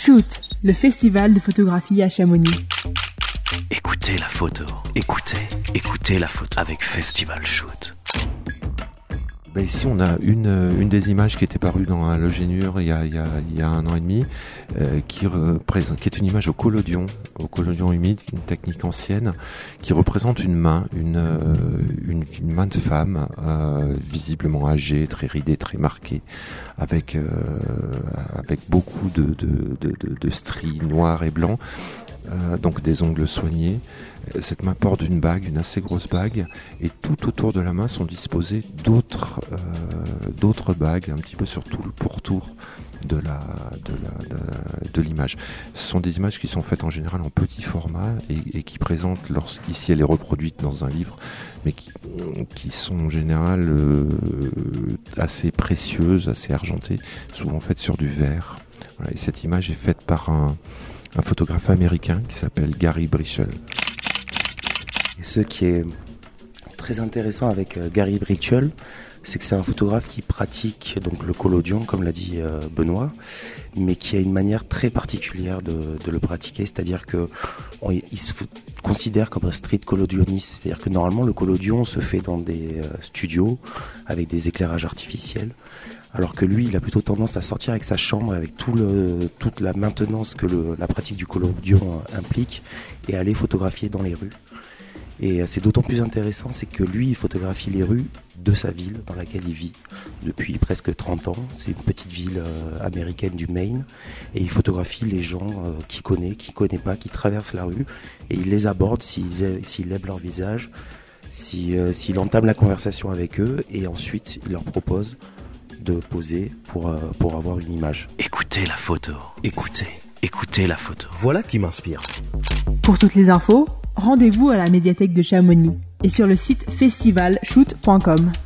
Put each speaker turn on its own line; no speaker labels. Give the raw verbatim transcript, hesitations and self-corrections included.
Shoot, le festival de photographie à Chamonix.
Écoutez la photo, écoutez, écoutez la photo avec Festival Shoot.
Ben ici, on a une, une des images qui était parue dans Halogénure il y a, il y a, il y a un an et demi, euh, qui, représente, qui est une image au collodion, au collodion humide, une technique ancienne, qui représente une main, une, une, une main de femme, euh, visiblement âgée, très ridée, très marquée, avec, euh, avec beaucoup de, de, de, de, de stries noires et blancs. Euh, donc des ongles soignés. Cette main porte une bague, une assez grosse bague, et tout autour de la main sont disposées d'autres, euh, d'autres bagues, un petit peu sur tout le pourtour de la, de la, de, de l'image. Ce sont des images qui sont faites en général en petit format et, et qui présentent, lorsqu'ici elle est reproduite dans un livre, mais qui, qui sont en général euh, assez précieuses, assez argentées, souvent faites sur du verre. Voilà, et cette image est faite par un un photographe américain qui s'appelle Gary Brichel.
Et ce qui est très intéressant avec euh, Gary Brichel, c'est que c'est un photographe qui pratique donc le collodion, comme l'a dit euh, Benoît, mais qui a une manière très particulière de, de le pratiquer, c'est-à-dire que on, il se considère comme un street collodioniste, c'est-à-dire que normalement le collodion se fait dans des euh, studios avec des éclairages artificiels. Alors que lui, il a plutôt tendance à sortir avec sa chambre, avec tout le, toute la maintenance que le, la pratique du collodion implique, et aller photographier dans les rues. Et c'est d'autant plus intéressant, c'est que lui, il photographie les rues de sa ville dans laquelle il vit depuis presque trente ans. C'est une petite ville euh, américaine du Maine. Et il photographie les gens euh, qu'il connaît, qu'il ne connaît pas, qui traversent la rue. Et il les aborde s'ils, s'ils lèvent leur visage, si, euh, s'il entame la conversation avec eux. Et ensuite, il leur propose de poser pour, euh, pour avoir une image.
Écoutez la photo, écoutez, écoutez la photo.
Voilà qui m'inspire.
Pour toutes les infos, rendez-vous à la médiathèque de Chamonix et sur le site festival shoot point com.